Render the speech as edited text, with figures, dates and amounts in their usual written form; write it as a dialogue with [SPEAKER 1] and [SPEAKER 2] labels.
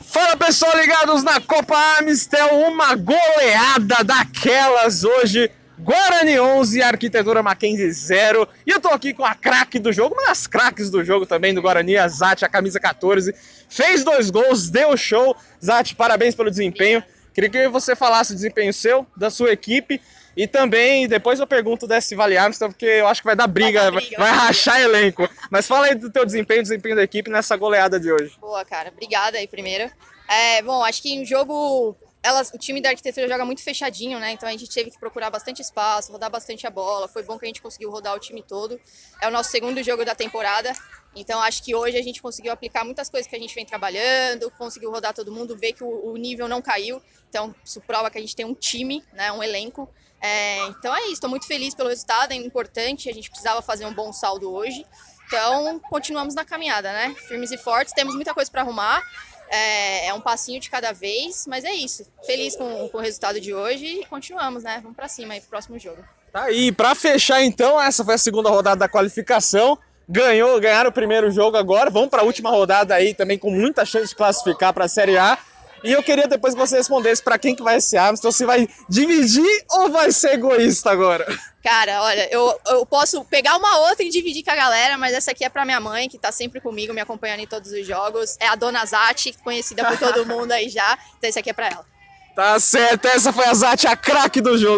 [SPEAKER 1] Fala pessoal, ligados na Copa Amistel, uma goleada daquelas hoje. Guarani 11, Arquitetura Mackenzie 0. E eu tô aqui com a craque do jogo, uma das craques do jogo também do Guarani, a Zati, a camisa 14. Fez 2 gols, deu show. Zati, parabéns pelo desempenho. Queria que você falasse o desempenho seu, da sua equipe. E também, depois eu pergunto desse Vale Amistel, porque eu acho que vai dar briga, vai rachar elenco. Mas fala aí do teu desempenho, desempenho da equipe nessa goleada de hoje.
[SPEAKER 2] Boa, cara. Obrigada aí primeiro. Bom, acho que em jogo o time da arquitetura joga muito fechadinho, né? Então a gente teve que procurar bastante espaço, rodar bastante a bola. Foi bom que a gente conseguiu rodar o time todo. É o nosso segundo jogo da temporada. Então acho que hoje a gente conseguiu aplicar muitas coisas que a gente vem trabalhando, conseguiu rodar todo mundo, ver que o nível não caiu. Então isso prova que a gente tem um time, né? Um elenco. Então é isso, estou muito feliz pelo resultado, é importante, a gente precisava fazer um bom saldo hoje. Então continuamos na caminhada, né? Firmes e fortes, temos muita coisa para arrumar. É um passinho de cada vez, mas é isso. Feliz com o resultado de hoje e continuamos, né? Vamos pra cima aí pro próximo jogo.
[SPEAKER 1] Tá aí, pra fechar então, essa foi a segunda rodada da qualificação. Ganharam o primeiro jogo agora, vamos pra última rodada aí também com muita chance de classificar pra Série A. E eu queria depois que você respondesse pra quem que vai ser Amistel, se vai dividir ou vai ser egoísta agora?
[SPEAKER 2] Cara, olha, eu posso pegar uma outra e dividir com a galera, mas essa aqui é pra minha mãe, que tá sempre comigo, me acompanhando em todos os jogos. É a Dona Zati, conhecida por todo mundo aí já. Então esse aqui é pra ela.
[SPEAKER 1] Tá certo, essa foi a Zati, a craque do jogo.